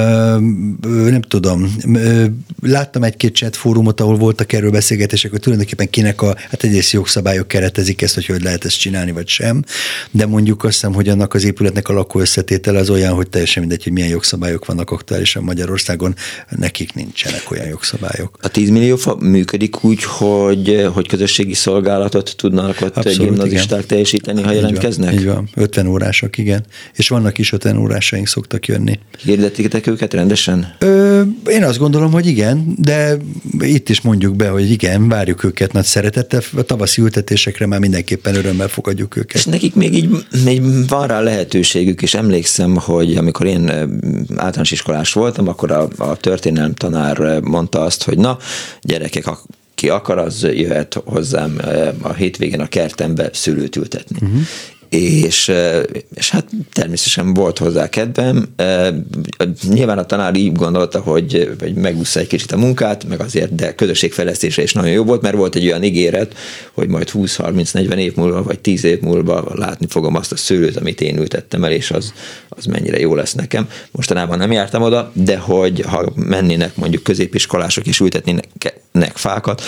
nem tudom. Láttam egy-két chat fórumot, ahol voltak erről beszélgetések, hogy tulajdonképpen kinek a, hát egyrészt jogszabályok keretezik ezt, hogy hogy lehet ezt csinálni, vagy sem. De mondjuk azt hiszem, hogy annak az épületnek a lakóösszetétele az olyan, hogy teljesen mindegy, hogy milyen jogszabályok vannak aktuálisan Magyarországon, nekik nincsenek olyan jogszabályok. A tíz millió fa működik úgy, hogy, hogy közösségi szolgálatot tudnak ott abszolút, gimnazisták igen. teljesíteni, ha így jelentkeznek? Van, így van, ötven órásak, igen. És vannak is ötven órásaink szoktak jönni. Hirdetitek őket rendesen? Ö, én azt gondolom, hogy igen, de itt is mondjuk be, hogy igen, várjuk őket nagy szeretettel, a tavaszi ültetésekre már mindenképpen örömmel fogadjuk őket. És nekik még így még van rá lehetőségük, és emlékszem, hogy amikor én általános iskolás voltam, akkor a, a történelem tanár mondta azt, hogy na, gyerekek, aki akar, az jöhet hozzám a hétvégén a kertembe szőlőt ültetni. Uh-huh. És, és hát természetesen volt hozzá kedvem. Nyilván a tanár így gondolta, hogy, hogy megúszta egy kicsit a munkát, meg azért, de közösségfejlesztésre is nagyon jó volt, mert volt egy olyan ígéret, hogy majd húsz harminc negyven év múlva, vagy tíz év múlva látni fogom azt a szőlőt, amit én ültettem el, és az, az mennyire jó lesz nekem. Mostanában nem jártam oda, de hogy ha mennének mondjuk középiskolások és ültetnének fákat,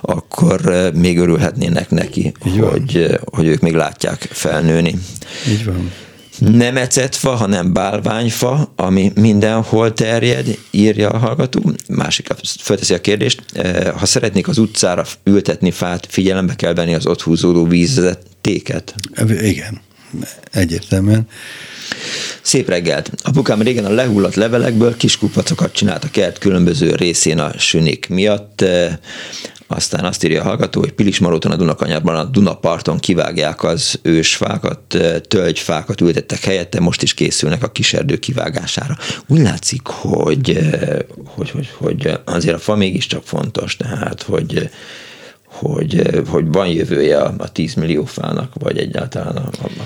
akkor még örülhetnének neki, hogy, hogy ők még látják felnőni. Így van. Nem ecetfa, hanem bálványfa, ami mindenhol terjed, írja a hallgató. Másik fölteszi a kérdést. Ha szeretnék az utcára ültetni fát, figyelembe kell venni az ott húzódó vízvezetéket? Igen, egyértelműen. Szép reggelt! Apukám régen a lehullott levelekből kiskupacokat csinált a kert különböző részén a sünik miatt. Aztán azt írja a hallgató, hogy Pilismaróton a Dunakanyarban a Dunaparton kivágják az ősfákat, tölgyfákat ültettek helyette, most is készülnek a kiserdő kivágására. Úgy látszik, hogy, hogy, hogy, hogy azért a fa mégiscsak fontos, tehát hogy hogy, hogy van jövője a, a tíz millió fának, vagy egyáltalán a, a,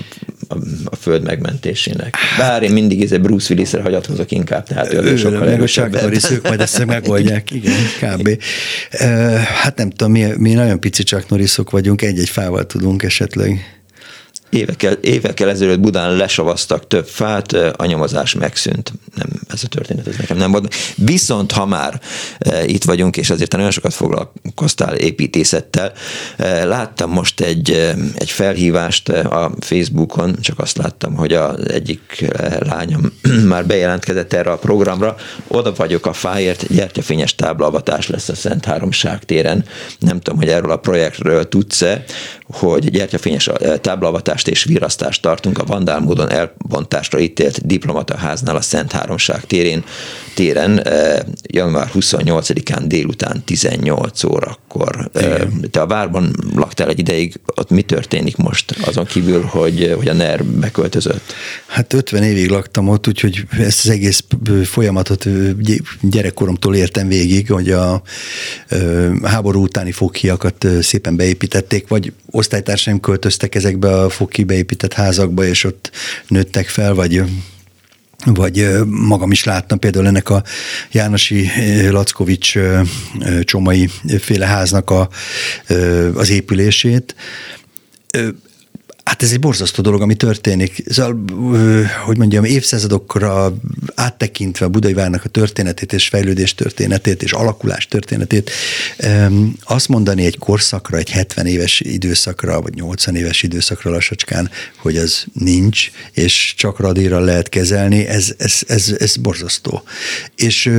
a, a föld megmentésének. Bár én mindig ez Bruce Willisre hagyatkozok inkább, tehát ő sokkal meg a Chuck Norris, ők majd ezt megoldják, igen, kb. Hát nem tudom, mi, mi nagyon pici Chuck Norrisok vagyunk, egy-egy fával tudunk esetleg. Évekkel, évekkel ezelőtt Budán lesavaztak több fát, a nyomozás megszűnt. Nem, ez a történet, ez nekem nem volt. Viszont ha már e, itt vagyunk, és azért nagyon sokat foglalkoztál építészettel, e, láttam most egy, egy felhívást a Facebookon, csak azt láttam, hogy az egyik lányom már bejelentkezett erre a programra. Oda vagyok a fáért, gyertyafényes táblaavatás lesz a Szent Háromság téren. Nem tudom, hogy erről a projektről tudsz-e, hogy gyertyafényes táblaavatás és virasztást tartunk a vandál módon elbontásra ítélt diplomataháznál a Szent Háromság térén, téren január huszonnyolcadikán délután tizennyolc órakor. Igen. Te a várban laktál egy ideig, ott mi történik most azon kívül, hogy, hogy a en e er beköltözött? Hát ötven évig laktam ott, úgyhogy ezt az egész folyamatot gyerekkoromtól értem végig, hogy a háború utáni foghiakat szépen beépítették, vagy osztálytársaim költöztek ezekbe a foghi beépített házakba, és ott nőttek fel, vagy vagy magam is láttam például ennek a Jánosi Lackovics Csomai féle háznak a, az épülését. Hát ez egy borzasztó dolog, ami történik. Szóval, hogy mondjam, évszázadokra áttekintve a Budai várnak a történetét és fejlődés történetét és alakulás történetét, azt mondani egy korszakra, egy hetven éves időszakra, vagy nyolcvan éves időszakra lassacskán, hogy az nincs, és csak radírral lehet kezelni, ez, ez, ez, ez borzasztó. És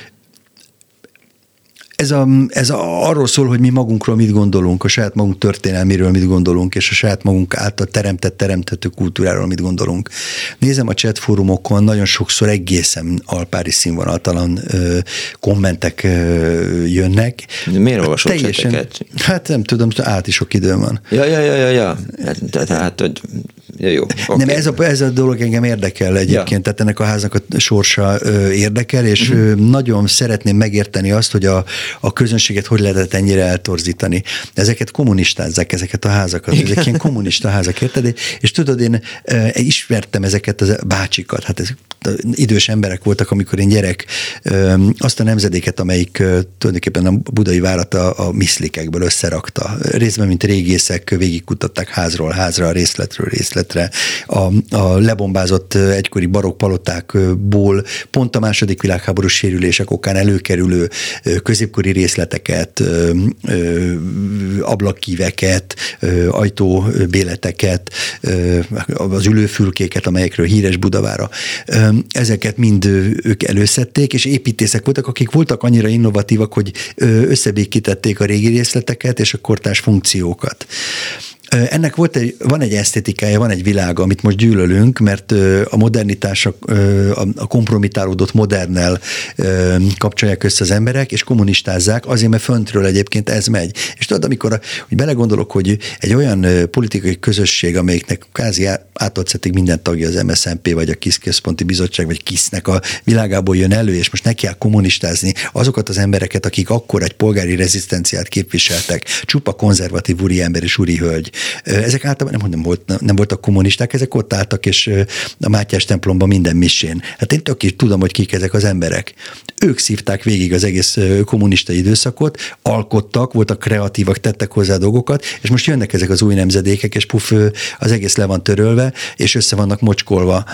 Ez, a, ez a, arról szól, hogy mi magunkról mit gondolunk, a saját magunk történelméről mit gondolunk, és a saját magunk által teremtett, teremtető kultúráról mit gondolunk. Nézem a chat fórumokon, nagyon sokszor egészen alpári színvonaltalan ö, kommentek ö, jönnek. Miért olvasod teljesen, cseteket? Hát nem tudom, át is sok időm van. Ja, ja, ja, ja, ja. Tehát, hogy ja, jó. Okay. Nem, ez a, ez a dolog engem érdekel egyébként, ja. Tehát ennek a háznak a sorsa ö, érdekel, és uh-huh. ö, nagyon szeretném megérteni azt, hogy a a közönséget hogy lehetett ennyire eltorzítani. Ezeket kommunistázzák, ezeket a házakat. Igen. Ezek ilyen kommunista házak, érted? És tudod, én e, ismertem ezeket a bácsikat, hát ezek idős emberek voltak, amikor én gyerek, e, azt a nemzedéket, amelyik e, tulajdonképpen a budai várat a, a miszlikekből összerakta. Részben, mint régészek, végigkutatták házról házra, részletről részletre. A, a lebombázott egykori barokk palotákból pont a második világháborús sérülések okán előkerülő középkori részleteket, ö, ö, ablakkíveket, ö, ajtóbéleteket, ö, az ülőfülkéket, amelyekről híres Budavára. Ö, ezeket mind ők előszedték, és építészek voltak, akik voltak annyira innovatívak, hogy összebékítették a régi részleteket és a kortárs funkciókat. Ennek volt egy, van egy esztétikája, van egy világa, amit most gyűlölünk, mert a modernitás, a kompromitálódott modernnel kapcsolják össze az emberek, és kommunistázzák, azért, mert föntről egyébként ez megy. És tudod, amikor hogy belegondolok, hogy egy olyan politikai közösség, amelyiknek kázi átadszedig minden tagja az em es zé en pé, vagy a KISZ Központi Bizottság, vagy KISZ-nek a világából jön elő, és most neki kell kommunistázni azokat az embereket, akik akkor egy polgári rezisztenciát képviseltek, csupa konzervatív úriember és úrihölgy. Ezek általában nem, nem, volt, nem voltak kommunisták, ezek ott álltak, és a Mátyás templomban minden missén. Hát én tök is tudom, hogy kik ezek az emberek. Ők szívták végig az egész kommunista időszakot, alkottak, voltak kreatívak, tettek hozzá dolgokat, és most jönnek ezek az új nemzedékek, és puf, az egész le van törölve, és össze vannak mocskolva.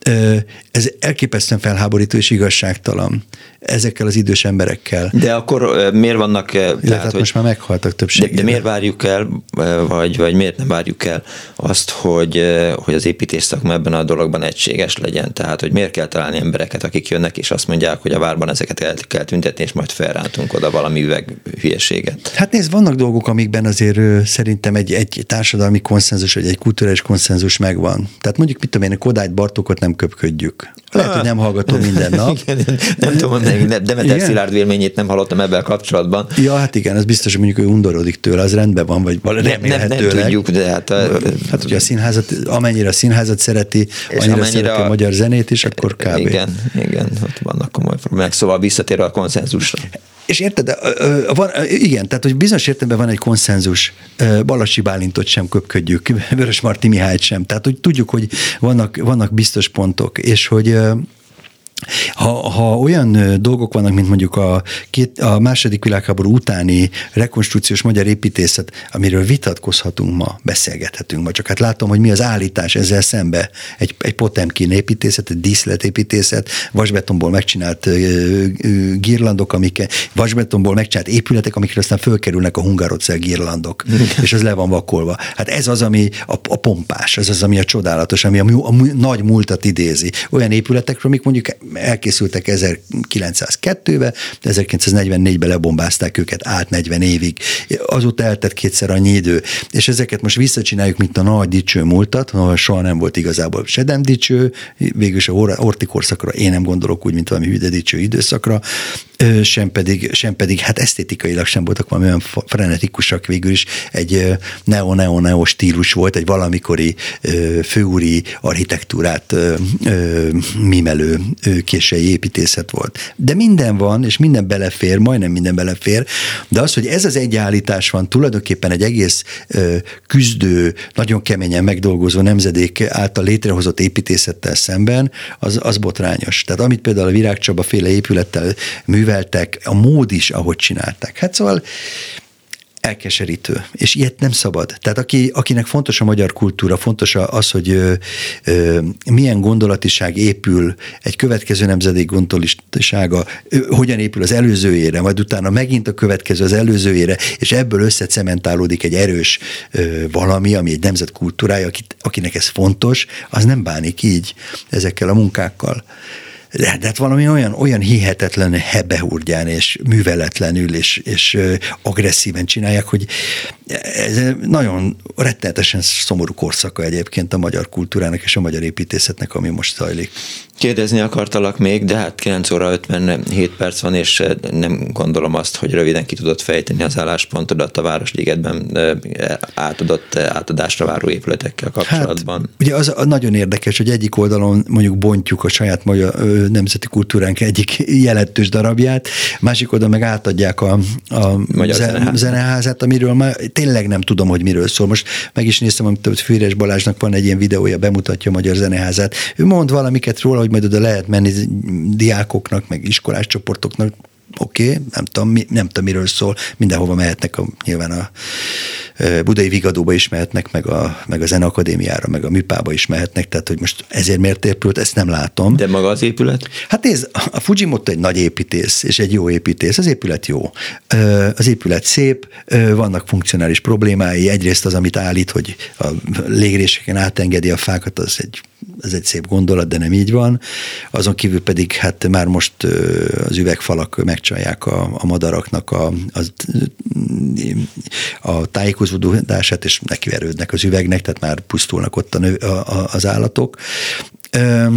Ez elképesztően felháborító és igazságtalan ezekkel az idős emberekkel. De akkor miért vannak... Tehát, tehát hogy, most már meghaltak többségében. De, de miért várjuk el, vagy, vagy miért nem várjuk el azt, hogy, hogy az építés szakma ebben a dologban egységes legyen? Tehát, hogy miért kell találni embereket, akik jönnek, és azt mondják, hogy a várban ezeket el kell tüntetni, és majd felrántunk oda valami üveg hülyeséget. Hát nézd, vannak dolgok, amikben azért szerintem egy, egy társadalmi konszenzus, vagy egy kulturális konszenzus megvan. Tehát mondjuk, mit tudom én, Kodályt, Bartókot nem köpködjük. Lehet, ah. hogy nem hallgatom minden nap. Igen, nem tudom, Demeter Szilárd véleményét nem hallottam ebben kapcsolatban. Ja, hát igen, az biztos, hogy mondjuk ő undorodik tőle, az rendben van, vagy remélhetőleg. Nem, nem, nem tudjuk, de hát... A, hát ugye a színházat, amennyire a színházat szereti, annyira szereti a, a magyar zenét is, akkor kb. Igen, igen, ott vannak komoly problémák. Szóval visszatérve a konszenzusra. és érted, van, igen, tehát hogy bizonyos értelemben van egy konszenzus, Balassi Bálintot sem köpködjük, Vörösmarty Mihályt sem, tehát hogy tudjuk, hogy vannak, vannak biztos pontok, és hogy Ha, ha olyan dolgok vannak, mint mondjuk a, két, a második világháború utáni rekonstrukciós magyar építészet, amiről vitatkozhatunk ma, beszélgethetünk ma, csak hát látom, hogy mi az állítás ezzel szembe. Egy, egy Potemkin építészet, egy díszletépítészet, vasbetonból megcsinált girlandok, amik, vasbetonból megcsinált épületek, amikre aztán fölkerülnek a hungarocell girlandok, és az le van vakolva. Hát ez az, ami a, a pompás, ez az, ami a csodálatos, ami a, a, a nagy múltat idézi. Olyan épületekről, amik mondjuk elkészültek ezerkilencszázkettőben, de ezerkilencszáznegyvennégyben lebombázták őket át negyven évig. Azóta eltett kétszer annyi idő. És ezeket most visszacsináljuk, mint a nagy dicső múltat, ahol soha nem volt igazából se nem dicső, végülis a Horthy korszakra én nem gondolok úgy, mint valami hűde dicső időszakra, sem pedig, sem pedig, hát esztétikailag sem voltak valami olyan frenetikusak, végül is egy neo-neo-neo stílus volt, egy valamikori főúri architektúrát mimelő késői építészet volt. De minden van, és minden belefér, majdnem minden belefér, de az, hogy ez az egy állítás van, tulajdonképpen egy egész küzdő, nagyon keményen megdolgozó nemzedék által létrehozott építészettel szemben, az, az botrányos. Tehát amit például a Virág Csaba féle épülettel műveltek, a mód is, ahogy csinálták. Hát szóval elkeserítő, és ilyet nem szabad. Tehát aki, akinek fontos a magyar kultúra, fontos az, hogy ö, ö, milyen gondolatiság épül egy következő nemzedék gondolatisága, ö, hogyan épül az előzőjére, majd utána megint a következő az előzőjére, és ebből összecementálódik egy erős ö, valami, ami egy nemzet kultúrája, akit, akinek ez fontos, az nem bánik így ezekkel a munkákkal. De, de hát valami olyan, olyan hihetetlen hebehurgyán és műveletlenül és, és agresszíven csinálják, hogy ez nagyon rettenetesen szomorú korszaka egyébként a magyar kultúrának és a magyar építészetnek, ami most zajlik. Kérdezni akartalak még, de hát kilenc óra ötvenhét perc van, és nem gondolom azt, hogy röviden ki tudod fejteni az álláspontodat a Városligetben átadott, átadásra váró épületekkel kapcsolatban. Hát, ugye az nagyon érdekes, hogy egyik oldalon mondjuk bontjuk a saját magyar nemzeti kultúránk egyik jelentős darabját, másik oldalon meg átadják a, a zeneházat. zeneházat, amiről már tényleg nem tudom, hogy miről szól. Most meg is néztem, hogy Füres Balázsnak van egy ilyen videója, bemutatja a Magyar Zeneházát. Ő mond valamiket róla, hogy majd oda lehet menni diákoknak, meg iskolás csoportoknak. Oké, okay, nem tudom, nem tudom, miről szól, mindenhova mehetnek, a, nyilván a Budai Vigadóba is mehetnek, meg a, meg a Zeneakadémiára, meg a Műpába is mehetnek, tehát hogy most ezért miért épült, ezt nem látom. De maga az épület? Hát nézd, a Fujimoto egy nagy építész, és egy jó építész, az épület jó. Az épület szép, vannak funkcionális problémái, egyrészt az, amit állít, hogy a légréseken átengedi a fákat, az egy ez egy szép gondolat, de nem így van. Azon kívül pedig hát már most az üvegfalak megcsalják a, a madaraknak a, a, a tájékozódását, és nekiverődnek az üvegnek, tehát már pusztulnak ott a nő, a, a, az állatok. Üm,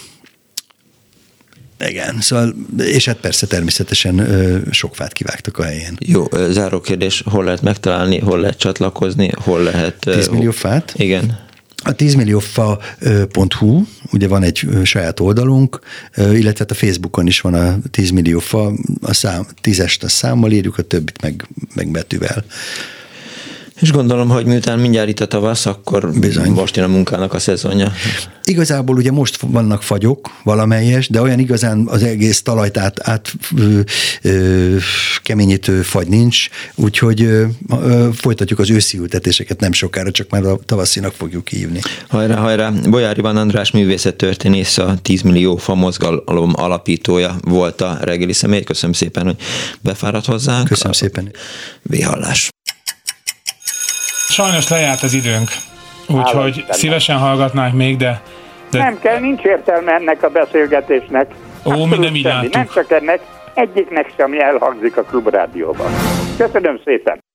Igen, szóval, és hát persze természetesen sok fát kivágtak a helyén. Jó, záró kérdés, hol lehet megtalálni, hol lehet csatlakozni, hol lehet... tíz millió fát? Igen. A tíz millió fa pont hu, ugye van egy saját oldalunk, illetve a Facebookon is van a tíz millió fa, a szám, tízest a számmal írjuk, a többit meg, meg betűvel. És gondolom, hogy miután mindjárt itt a tavasz, akkor bizony. Most jön a munkának a szezonja. Igazából ugye most vannak fagyok valamelyes, de olyan igazán az egész talajt át, át ö, ö, keményítő fagy nincs, úgyhogy ö, ö, folytatjuk az őszi ültetéseket nem sokára, csak már a tavaszinak fogjuk hívni. Hajrá, hajrá! Bolyár Iván András művészettörténész, a tíz millió fa mozgalom alapítója volt a reggeli személy. Köszönöm szépen, hogy befáradt hozzánk. Köszönöm szépen. Véhallás. Sajnos lejárt az időnk, úgyhogy szívesen hallgatnánk még, de, de... Nem kell, nincs értelme ennek a beszélgetésnek. Ó, mi nem így Nem csak ennek, egyiknek sem elhangzik a Klubrádióban. Köszönöm szépen!